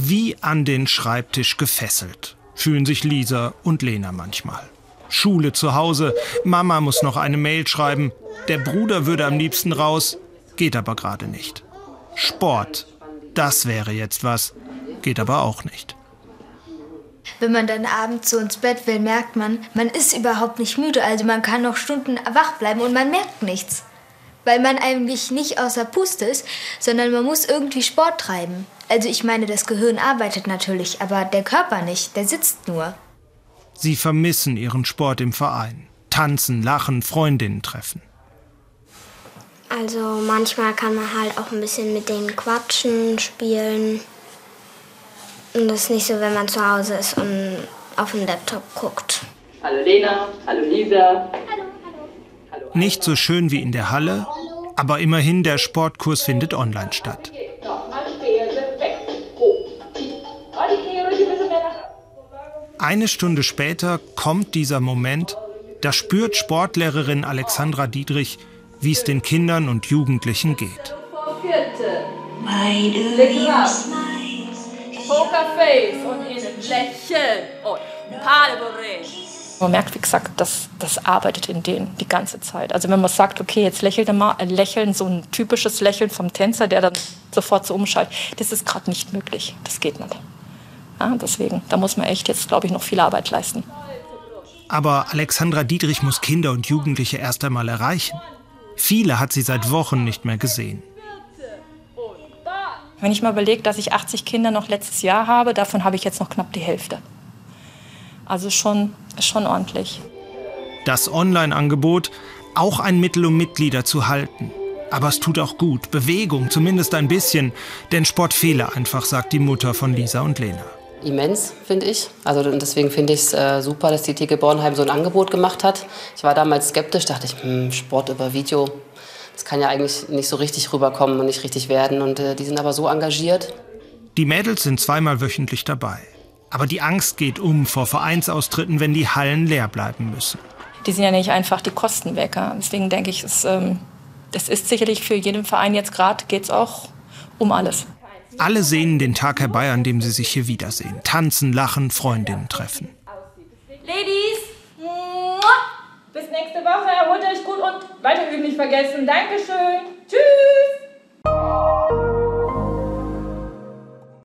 Wie an den Schreibtisch gefesselt fühlen sich Lisa und Lena manchmal. Schule zu Hause, Mama muss noch eine Mail schreiben, der Bruder würde am liebsten raus, geht aber gerade nicht. Sport, das wäre jetzt was, geht aber auch nicht. Wenn man dann abends so ins Bett will, merkt man ist überhaupt nicht müde. Also man kann noch Stunden wach bleiben und man merkt nichts. Weil man eigentlich nicht außer Puste ist, sondern man muss irgendwie Sport treiben. Also ich meine, das Gehirn arbeitet natürlich, aber der Körper nicht, der sitzt nur. Sie vermissen ihren Sport im Verein. Tanzen, lachen, Freundinnen treffen. Also manchmal kann man halt auch ein bisschen mit denen quatschen, spielen. Und das ist nicht so, wenn man zu Hause ist und auf dem Laptop guckt. Hallo Lena, hallo Lisa. Hallo. Nicht so schön wie in der Halle, aber immerhin der Sportkurs findet online statt. Eine Stunde später kommt dieser Moment, da spürt Sportlehrerin Alexandra Dietrich, wie es den Kindern und Jugendlichen geht. Pokerface und innen lächeln und Padeberät. Man merkt, wie gesagt, das arbeitet in denen die ganze Zeit. Also wenn man sagt, okay, jetzt lächelt er mal, lächeln, so ein typisches Lächeln vom Tänzer, der dann sofort so umschaltet, das ist gerade nicht möglich. Das geht nicht. Ja, deswegen, da muss man echt jetzt, glaube ich, noch viel Arbeit leisten. Aber Alexandra Dietrich muss Kinder und Jugendliche erst einmal erreichen. Viele hat sie seit Wochen nicht mehr gesehen. Wenn ich mal überlege, dass ich 80 Kinder noch letztes Jahr habe, davon habe ich jetzt noch knapp die Hälfte. Also schon ordentlich. Das Online-Angebot, auch ein Mittel, um Mitglieder zu halten. Aber es tut auch gut, Bewegung, zumindest ein bisschen. Denn Sport fehle einfach, sagt die Mutter von Lisa und Lena. Immens, finde ich. Also deswegen finde ich es super, dass die TG Bornheim so ein Angebot gemacht hat. Ich war damals skeptisch, dachte ich, Sport über Video, das kann ja eigentlich nicht so richtig rüberkommen und nicht richtig werden. Und die sind aber so engagiert. Die Mädels sind zweimal wöchentlich dabei. Aber die Angst geht um vor Vereinsaustritten, wenn die Hallen leer bleiben müssen. Die sind ja nicht einfach die Kostenwecker. Deswegen denke ich, das ist sicherlich für jeden Verein jetzt gerade, geht es auch um alles. Alle sehnen den Tag herbei, an dem sie sich hier wiedersehen. Tanzen, lachen, Freundinnen treffen. Ladies, bis nächste Woche, erholt euch gut und weiter üben nicht vergessen. Dankeschön.